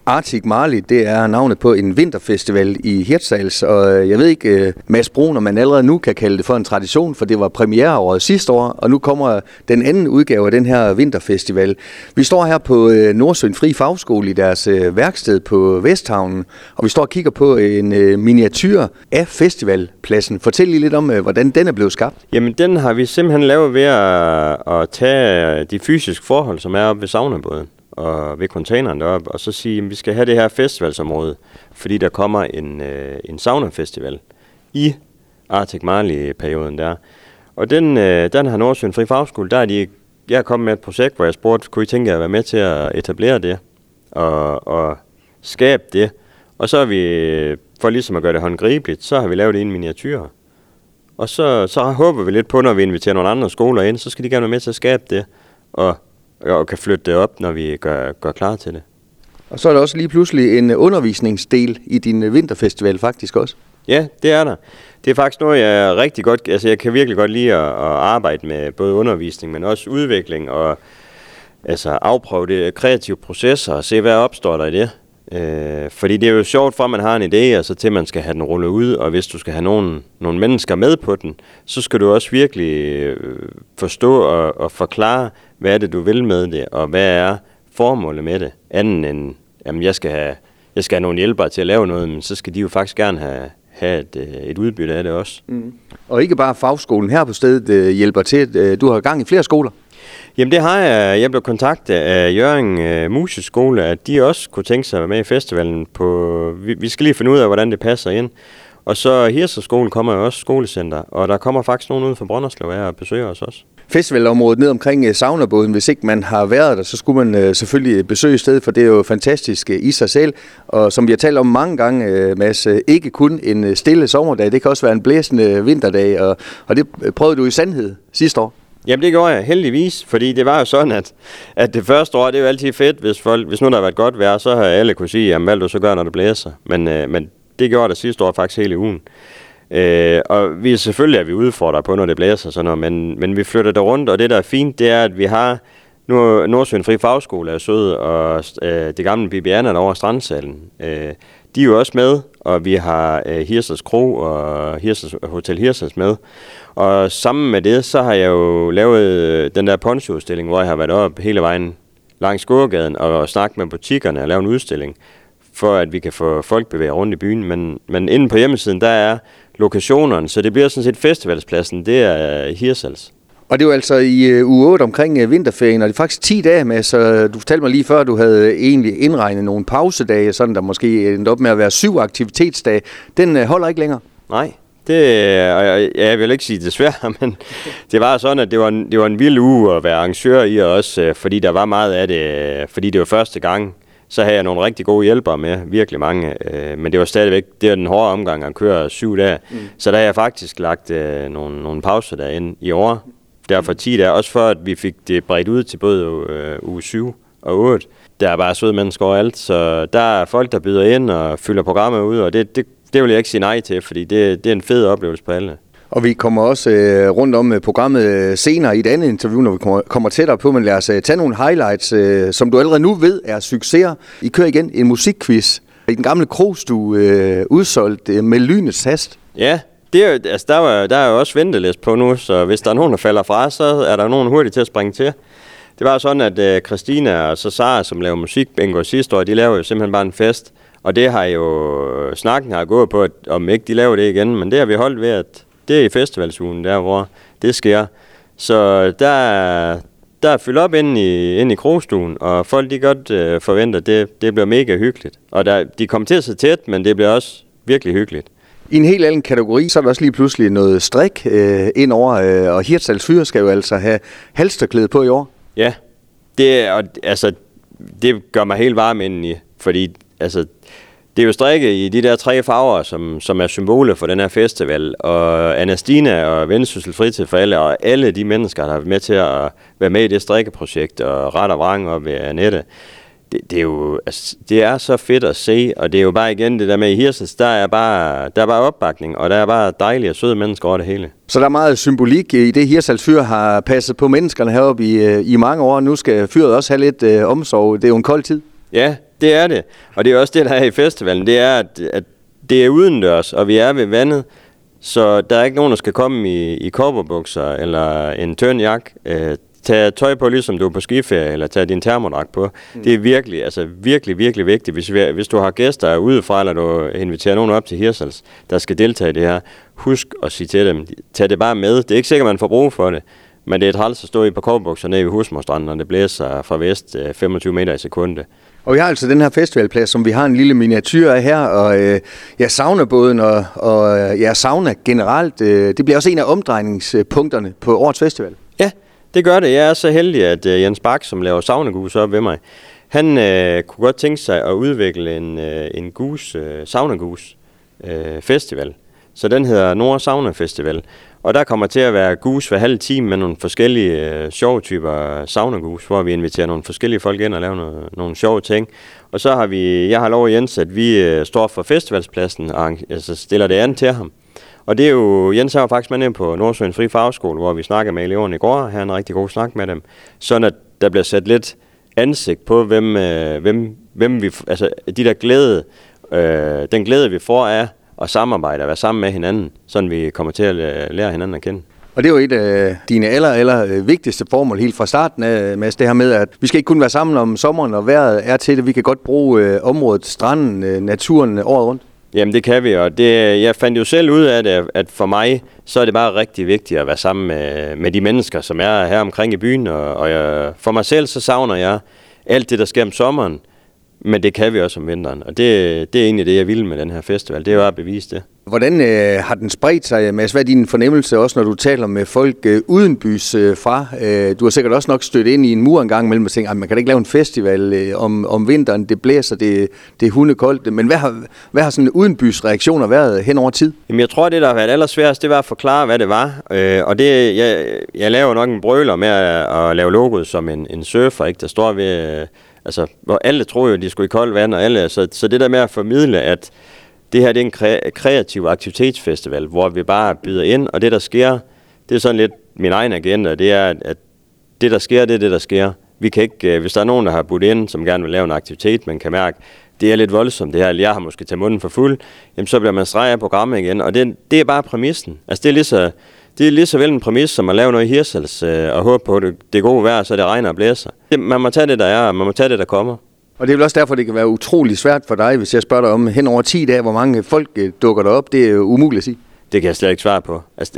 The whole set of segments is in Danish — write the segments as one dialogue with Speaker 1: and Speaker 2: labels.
Speaker 1: Arctic Marley, det er navnet på en vinterfestival i Hirtshals, og jeg ved ikke, Mads Brun, om man allerede nu kan kalde det for en tradition, for det var premiereåret sidste år, og nu kommer den anden udgave af den her vinterfestival. Vi står her på Nordsøen Fri Fagskole i deres værksted på Vesthavnen, og vi står og kigger på en miniatyr af festivalpladsen. Fortæl lige lidt om, hvordan den er blevet skabt.
Speaker 2: Jamen, den har vi simpelthen lavet ved at tage de fysiske forhold, som er oppe ved saunabåden og ved containeren deroppe, og så sige, at vi skal have det her festivalsområde, fordi der kommer en saunafestival i Arctic Marley-perioden der. Og den har Nordsøen Fri Fagskole, jeg er kommet med et projekt, hvor jeg spurgte, kunne I tænke jer at være med til at etablere det og skabe det? Og så har vi, for ligesom at gøre det håndgribeligt, så har vi lavet det i en miniatyr. Og så håber vi lidt på, når vi inviterer nogle andre skoler ind, så skal de gerne være med til at skabe det, og kan flytte det op, når vi gør klar til det.
Speaker 1: Og så er der også lige pludselig en undervisningsdel i din vinterfestival faktisk også.
Speaker 2: Ja, det er der. Det er faktisk noget, jeg rigtig godt, altså jeg kan virkelig godt lide at arbejde med både undervisning, men også udvikling og altså afprøve det kreative processer og se, hvad opstår der i det. Fordi det er jo sjovt fra, at man har en idé, og så til man skal have den rullet ud, og hvis du skal have nogle mennesker med på den, så skal du også virkelig forstå og forklare, hvad er det, du vil med det, og hvad er formålet med det. Anden end, jamen jeg skal have nogle hjælpere til at lave noget, men så skal de jo faktisk gerne have et udbytte af det også.
Speaker 1: Mm. Og ikke bare fagskolen her på stedet hjælper til. Du har gang i flere skoler.
Speaker 2: Jamen det har jeg. Jeg blev kontaktet af Hjørring Museskole, at de også kunne tænke sig at være med i festivalen. Vi skal lige finde ud af, hvordan det passer ind. Og så Hirtshals kommer jo også skolecenter, og der kommer faktisk nogen ud fra Brønderslev og besøger os også.
Speaker 1: Festivalområdet ned omkring saunabåden, hvis ikke man har været der, så skulle man selvfølgelig besøge stedet, for det er jo fantastisk i sig selv. Og som vi har talt om mange gange, Mads, ikke kun en stille sommerdag, det kan også være en blæsende vinterdag, og det prøvede du i sandhed sidste år.
Speaker 2: Jamen det gjorde jeg heldigvis, fordi det var jo sådan, at det første år, det er jo altid fedt, hvis nu der har været godt vejr, så har alle kunne sige, jamen hvad vil du så gøre, når det blæser? Men det gjorde det sidste år faktisk hele ugen. Og selvfølgelig er vi udfordret på, når det blæser sådan noget, men vi flytter det rundt, og det der er fint, det er, at vi har nu Nordsøen Fri Fagskole er sød, og det gamle Bibiana over Strandsalen, de er jo også med, og vi har Hirtshals Kro og Hotel Hirtshals med. Og sammen med det, så har jeg jo lavet den der poncho-udstilling, hvor jeg har været op hele vejen langs gågaden og snakket med butikkerne og lavet en udstilling, for at vi kan få folk bevæge rundt i byen. Men inde på hjemmesiden, der er lokationerne, så det bliver sådan set festivalspladsen, det er Hirtshals.
Speaker 1: Og det var altså i uge 8 omkring vinterferien, og det er faktisk 10 dage med, så du fortalte mig lige før, at du havde egentlig indregnet nogle pausedage, sådan der måske endte op med at være 7 aktivitetsdage. Den holder ikke længere?
Speaker 2: Nej, jeg vil ikke sige desværre, men det var sådan, at det var en vild uge at være arrangør i, og også fordi der var meget af det, fordi det var første gang. Så havde jeg nogle rigtig gode hjælpere med, virkelig mange, men det var stadigvæk, det var den hårde omgang at køre 7 dage. Så der har jeg faktisk lagt nogle pauser derinde i år. Derfor 10 dage, også for at vi fik det bredt ud til både uge 7 og 8. Der er bare søde mennesker overalt, så der er folk, der byder ind og fylder programmet ud, og det vil jeg ikke sige nej til, fordi det er en fed oplevelse på alle.
Speaker 1: Og vi kommer også rundt om programmet senere i et andet interview, når vi kommer tættere på, men lad os tage nogle highlights, som du allerede nu ved er succeser. I kører igen en musikquiz i den gamle krogstue, udsolgt med lynets hast.
Speaker 2: Ja, det er, altså, der er jo også ventelist på nu, så hvis der er nogen, der falder fra, så er der nogen hurtigt til at springe til. Det var sådan, at Christina og så Sara, som laver musikbingo sidste år, de laver jo simpelthen bare en fest. Og det har jo, snakken har gået på, at om ikke de laver det igen, men det har vi holdt ved, at det er i festivalsugen, der hvor det sker. Så der er fyldt op inde i krogstuen, og folk de godt forventer, det bliver mega hyggeligt. Og de kommer til at sidde tæt, men det bliver også virkelig hyggeligt.
Speaker 1: I en helt anden kategori, så er der også lige pludselig noget strik indover, og Hirtshals Fyre skal jo altså have halsterklæde på i år.
Speaker 2: Ja, det gør mig helt varm indeni, fordi altså, det er jo strikket i de der 3 farver, som er symboler for den her festival, og Anastina og Vendsyssel Fritid for alle, og alle de mennesker, der har været med til at være med i det strikkeprojekt, og Ret og Vrang og ved Annette, det er jo, altså, det er så fedt at se, og det er jo bare igen det der med i Hirtshals, der er bare opbakning, og der er bare dejlige og søde mennesker over det hele.
Speaker 1: Så der er meget symbolik i det, Hirtshals Fyr har passet på menneskerne heroppe i mange år. Nu skal fyret også have lidt omsorg. Det er jo en kold tid.
Speaker 2: Ja, det er det. Og det er også det, der er i festivalen. Det er, at det er udendørs, og vi er ved vandet. Så der er ikke nogen, der skal komme i cowboybukser eller en tynd jakke. Tag tøj på, ligesom du er på skiferie, eller tag din termodragt på. Det er virkelig vigtigt. Hvis du har gæster udefra, eller du inviterer nogen op til Hirtshals, der skal deltage i det her, husk at sige til dem, tag det bare med. Det er ikke sikkert, man får brug for det, men det er et træls at stå i på cowboybukser nede ved Husmorstranden, når det blæser fra vest 25 meter i sekundet.
Speaker 1: Og vi har altså den her festivalplads, som vi har en lille miniatyr af her, og saunabåden og sauna generelt, det bliver også en af omdrejningspunkterne på årets festival.
Speaker 2: Ja, det gør det. Jeg er så heldig, at Jens Bak, som laver saunagus op ved mig, han kunne godt tænke sig at udvikle en saunagus festival. Så den hedder Nord Sauna Festival. Og der kommer til at være gus hver halv time med nogle forskellige sjove typer saunagus, hvor vi inviterer nogle forskellige folk ind og laver nogle sjove ting. Og så har jeg har lovet Jens, at vi står for festivalspladsen og stiller det an til ham. Og det er jo, Jens var faktisk med på Nordsjøens Fri Fagskole, hvor vi snakkede med eleverne i går. Han har en rigtig god snak med dem. Sådan at der bliver sat lidt ansigt på, hvem vi, altså de der glæde, den glæde vi får af at samarbejde og være sammen med hinanden, sådan vi kommer til at lære hinanden at kende.
Speaker 1: Og det er jo et af dine aller vigtigste formål helt fra starten af, Mads, det her med, at vi skal ikke kun være sammen om sommeren, og vejret er til det. Vi kan godt bruge området, stranden, naturen året rundt. Jamen
Speaker 2: det kan vi, og jeg fandt jo selv ud af det, at for mig, så er det bare rigtig vigtigt at være sammen med de mennesker, som er her omkring i byen, og for mig selv, så savner jeg alt det, der sker om sommeren, men det kan vi også om vinteren, og det er egentlig det, jeg vil med den her festival, det er jo at bevise det.
Speaker 1: Hvordan har den spredt sig, Mads? Hvad er din fornemmelse også, når du taler med folk udenbys fra? Du har sikkert også nok stødt ind i en mur en gang imellem og tænkt, at man kan da ikke lave en festival om vinteren, det blæser, det er hundekoldt. Men hvad har sådan udenbys reaktioner været hen over tid?
Speaker 2: Jamen, jeg tror, det der har været allersværest, det var at forklare, hvad det var. Og det, jeg laver nok en brøler med at lave logoet som en surfer, ikke? Der står ved, hvor alle tror jo, de skulle i koldt vand, og alle, så det der med at formidle, at det her det er en kreativ aktivitetsfestival, hvor vi bare byder ind, og det der sker, det er sådan lidt min egen agenda, det er, at det der sker, det er det der sker. Vi kan ikke, hvis der er nogen, der har budt ind, som gerne vil lave en aktivitet, man kan mærke, det er lidt voldsomt det her, eller jeg har måske taget munden for fuld, jamen så bliver man streget af programmet igen, og det er bare præmissen. Altså det er lige så vel en præmis, som at lave noget i Hirtshals, og håbe på, det gode vejr, så det regner og blæser. Man må tage det, der er, og man må tage det, der kommer.
Speaker 1: Og det er vel også derfor, det kan være utrolig svært for dig, hvis jeg spørger dig om hen over 10 dage, hvor mange folk dukker der op. Det er jo umuligt at sige.
Speaker 2: Det kan jeg slet ikke svare på. Altså,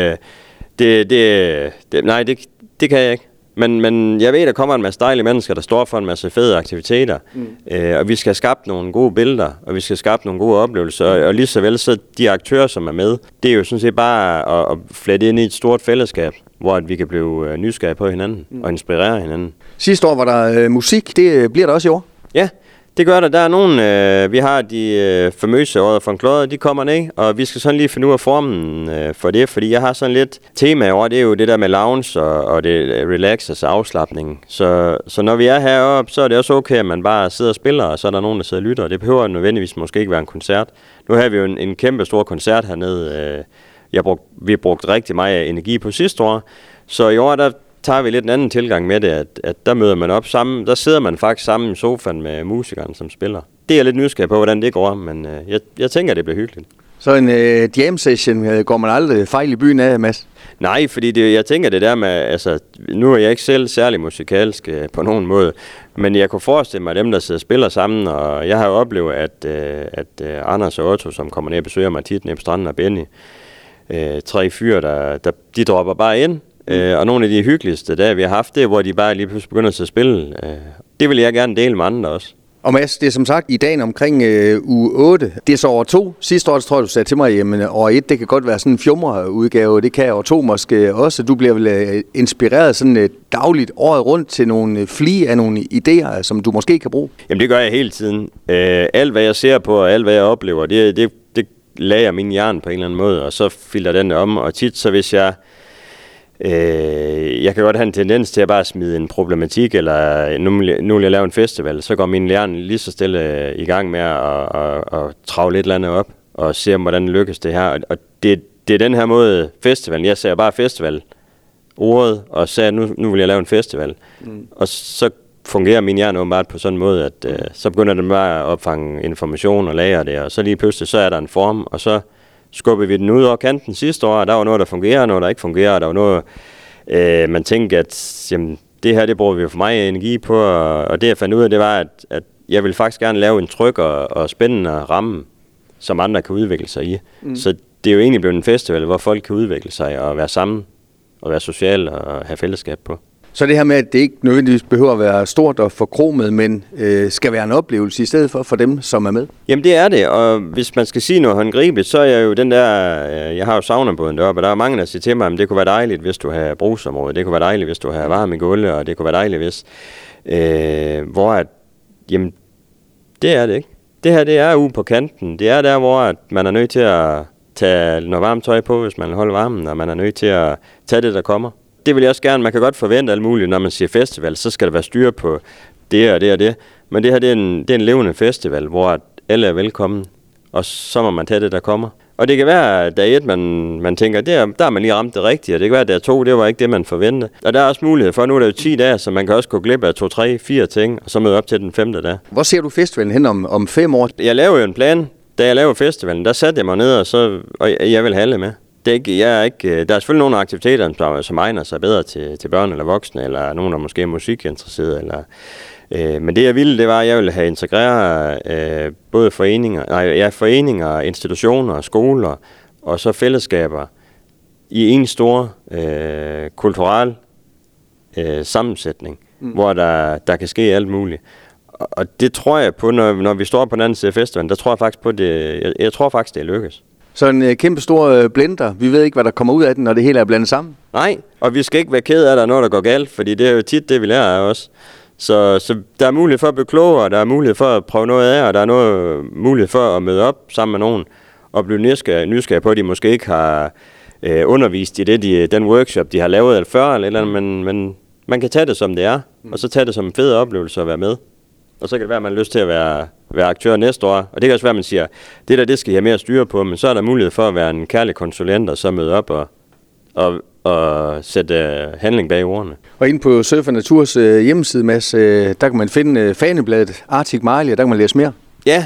Speaker 2: nej, det kan jeg ikke. Men jeg ved, der kommer en masse dejlige mennesker, der står for en masse fede aktiviteter. Og vi skal have skabt nogle gode billeder, og vi skal have skabt nogle gode oplevelser. Og lige så vel så de aktører, som er med, det er jo sådan set bare at flette ind i et stort fællesskab, hvor vi kan blive nysgerrige på hinanden og inspirere hinanden.
Speaker 1: Sidste år var der musik. Det bliver der også i år?
Speaker 2: Ja, det gør der. Der er nogen, vi har de famøse Odder von Clodder, de kommer ned, og vi skal sådan lige finde ud af formen for det, fordi jeg har sådan lidt tema over, det er jo det der med lounge og det relax, altså afslapning. Så når vi er heroppe, så er det også okay, at man bare sidder og spiller, og så er der nogen, der sidder og lytter, og det behøver nødvendigvis måske ikke være en koncert. Nu har vi jo en kæmpe stor koncert hernede. Vi brugte rigtig meget energi på sidste år, så i år der tager vi lidt en anden tilgang med det, at der møder man op sammen, der sidder man faktisk sammen i sofaen med musikeren, som spiller. Det er lidt nysgerrig på, hvordan det går, men jeg tænker, det bliver hyggeligt.
Speaker 1: Så en jam session går man aldrig fejl i byen af, Mads?
Speaker 2: Nej, fordi jeg tænker det der med, altså nu er jeg ikke selv særlig musikalsk på nogen måde, men jeg kunne forestille mig, at dem, der sidder og spiller sammen, og jeg har jo oplevet, at Anders og Otto, som kommer ned og besøger mig tit ned på stranden, og Benny, 3 fyre, de dropper bare ind. Og nogle af de hyggeligste dage, vi har haft, det hvor de bare lige pludselig begynder at spille. Det vil jeg gerne dele med andre også.
Speaker 1: Og Mads, det er som sagt i dagen omkring uge 8. Det er så år 2. Sidste år, tror jeg, du sagde til mig, jamen år 1, det kan godt være sådan en fjummerudgave. Det kan år 2 måske også. Du bliver vel inspireret sådan dagligt året rundt til nogle flie af nogle idéer, som du måske kan bruge?
Speaker 2: Jamen det gør jeg hele tiden. Alt hvad jeg ser på, og alt hvad jeg oplever, det lager min hjerne på en eller anden måde, og så filter den om. Og tit, så hvis jeg kan godt have en tendens til at bare smide en problematik, eller nu vil jeg lave en festival, så går min hjerne lige så stille i gang med at trave lidt eller andet op, og se hvordan lykkes det her. Og det er den her måde festivalen, jeg ser bare festival ordet, og sagde, nu vil jeg lave en festival. Og så fungerer min hjerne åbenbart på sådan en måde, at så begynder den bare at opfange information og lagre det, og så lige pludselig, så er der en form, og så skubber vi den ud over kanten sidste år, og der var noget, der fungerer, noget, der ikke fungerer, og der var noget, man tænkte, at jamen, det her, det bruger vi jo for meget energi på, og det jeg fandt ud af, det var, at jeg ville faktisk gerne lave en tryg og spændende ramme, som andre kan udvikle sig i. Så det er jo egentlig blevet en festival, hvor folk kan udvikle sig og være sammen, og være social og have fællesskab på.
Speaker 1: Så det her med, at det ikke nødvendigvis behøver at være stort og forkromet, men skal være en oplevelse i stedet for dem, som er med?
Speaker 2: Jamen det er det, og hvis man skal sige noget håndgribeligt, så er jeg jo den der, jeg har jo saunabåden deroppe, og der er mange, der siger til mig, at det kunne være dejligt, hvis du havde brugsområde, det kunne være dejligt, hvis du havde varme gulve, og det kunne være dejligt, hvis... jamen, det er det ikke. Det her, det er ude på kanten. Det er der, hvor at man er nødt til at tage noget varmt tøj på, hvis man vil holde varmen, og man er nødt til at tage det, der kommer. Det vil jeg også gerne. Man kan godt forvente alt muligt, når man siger festival, så skal der være styr på det og det og det. Men det her, det er en levende festival, hvor alle er velkommen, og så må man tage det, der kommer. Og det kan være, at dag 1, man tænker, der har man lige ramt det rigtige, og det kan være, at dag 2, det var ikke det, man forventede. Og der er også mulighed for, nu er det jo 10 dage, så man kan også gå glip af 2, 3, 4 ting, og så møde op til den 5. dag.
Speaker 1: Hvor ser du festivalen hen om 5 år?
Speaker 2: Jeg laver jo en plan. Da jeg lavede festivalen, der satte jeg mig ned, og jeg vil have alle med. Der er selvfølgelig nogle aktiviteter, som egner sig bedre til børn eller voksne, eller nogen, der måske er musikinteresseret. Men det jeg ville, det var, at jeg ville have integreret både foreninger, institutioner, skoler og så fællesskaber i en stor kulturel sammensætning, hvor der kan ske alt muligt. Og det tror jeg på, når vi står på den anden side af festivalen, der tror jeg faktisk på det. Jeg tror faktisk, det lykkes.
Speaker 1: Så en kæmpe stor blender. Vi ved ikke, hvad der kommer ud af den, når det hele er blandet sammen.
Speaker 2: Nej, og vi skal ikke være ked af, at der er noget, der går galt, fordi det er jo tit det, vi lærer af os. Så der er mulighed for at blive klogere, der er mulighed for at prøve noget af, og der er mulighed for at møde op sammen med nogen og blive nysgerrig på, at de måske ikke har undervist i den workshop, de har lavet før, eller men man kan tage det, som det er, og så tage det som en fed oplevelse at være med. Og så kan det være, at man har lyst til at være aktør næste år. Og det kan også være, at man siger, det skal jeg have mere styre på, men så er der mulighed for at være en kærlig konsulent, og så møde op og sætte handling bag ordene.
Speaker 1: Og inde på Surf & Naturs hjemmeside, Mads, der kan man finde fanebladet Arctic Marley, og der kan man læse mere.
Speaker 2: Ja,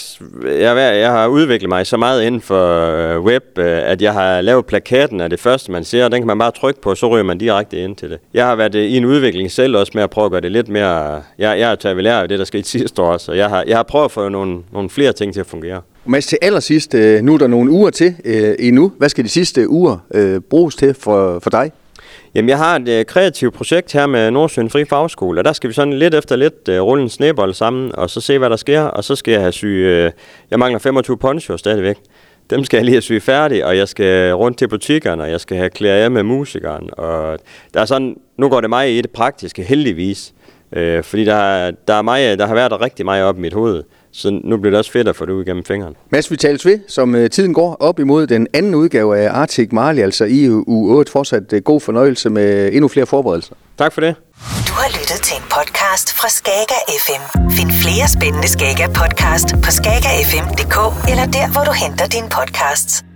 Speaker 2: jeg har udviklet mig så meget inden for web, at jeg har lavet plakaten af det første, man ser, og den kan man bare trykke på, så ryger man direkte ind til det. Jeg har været i en udvikling selv også med at prøve at gøre det lidt mere... Jeg har taget ved lære af det, der skete sidste år, så jeg har prøvet at få nogle flere ting til at fungere.
Speaker 1: Mads, til allersidst, nu er der nogle uger til endnu. Hvad skal de sidste uger bruges til for dig?
Speaker 2: Jamen, jeg har et kreativt projekt her med Nordsjælland Fri Fagskole, og der skal vi sådan lidt efter lidt rulle en snebold sammen, og så se, hvad der sker, og så skal jeg have syet... jeg mangler 25 ponchoer stadigvæk. Dem skal jeg lige have syet færdig, og jeg skal rundt til butikkerne, og jeg skal have klæder af med musikeren, og der er sådan... Nu går det meget i det praktiske, heldigvis, fordi der har været rigtig meget op i mit hoved. Så nu bliver det også fedt at få det ud igennem fingrene.
Speaker 1: Mads, vi tales ved, som tiden går op imod den anden udgave af Arctic Marley, altså i uge 8. Fortsat god fornøjelse med endnu flere forberedelser.
Speaker 2: Tak for det.
Speaker 3: Du har lyttet til en podcast fra Skager FM. Find flere spændende Skager podcast på skagerfm.dk eller der, hvor du henter dine podcasts.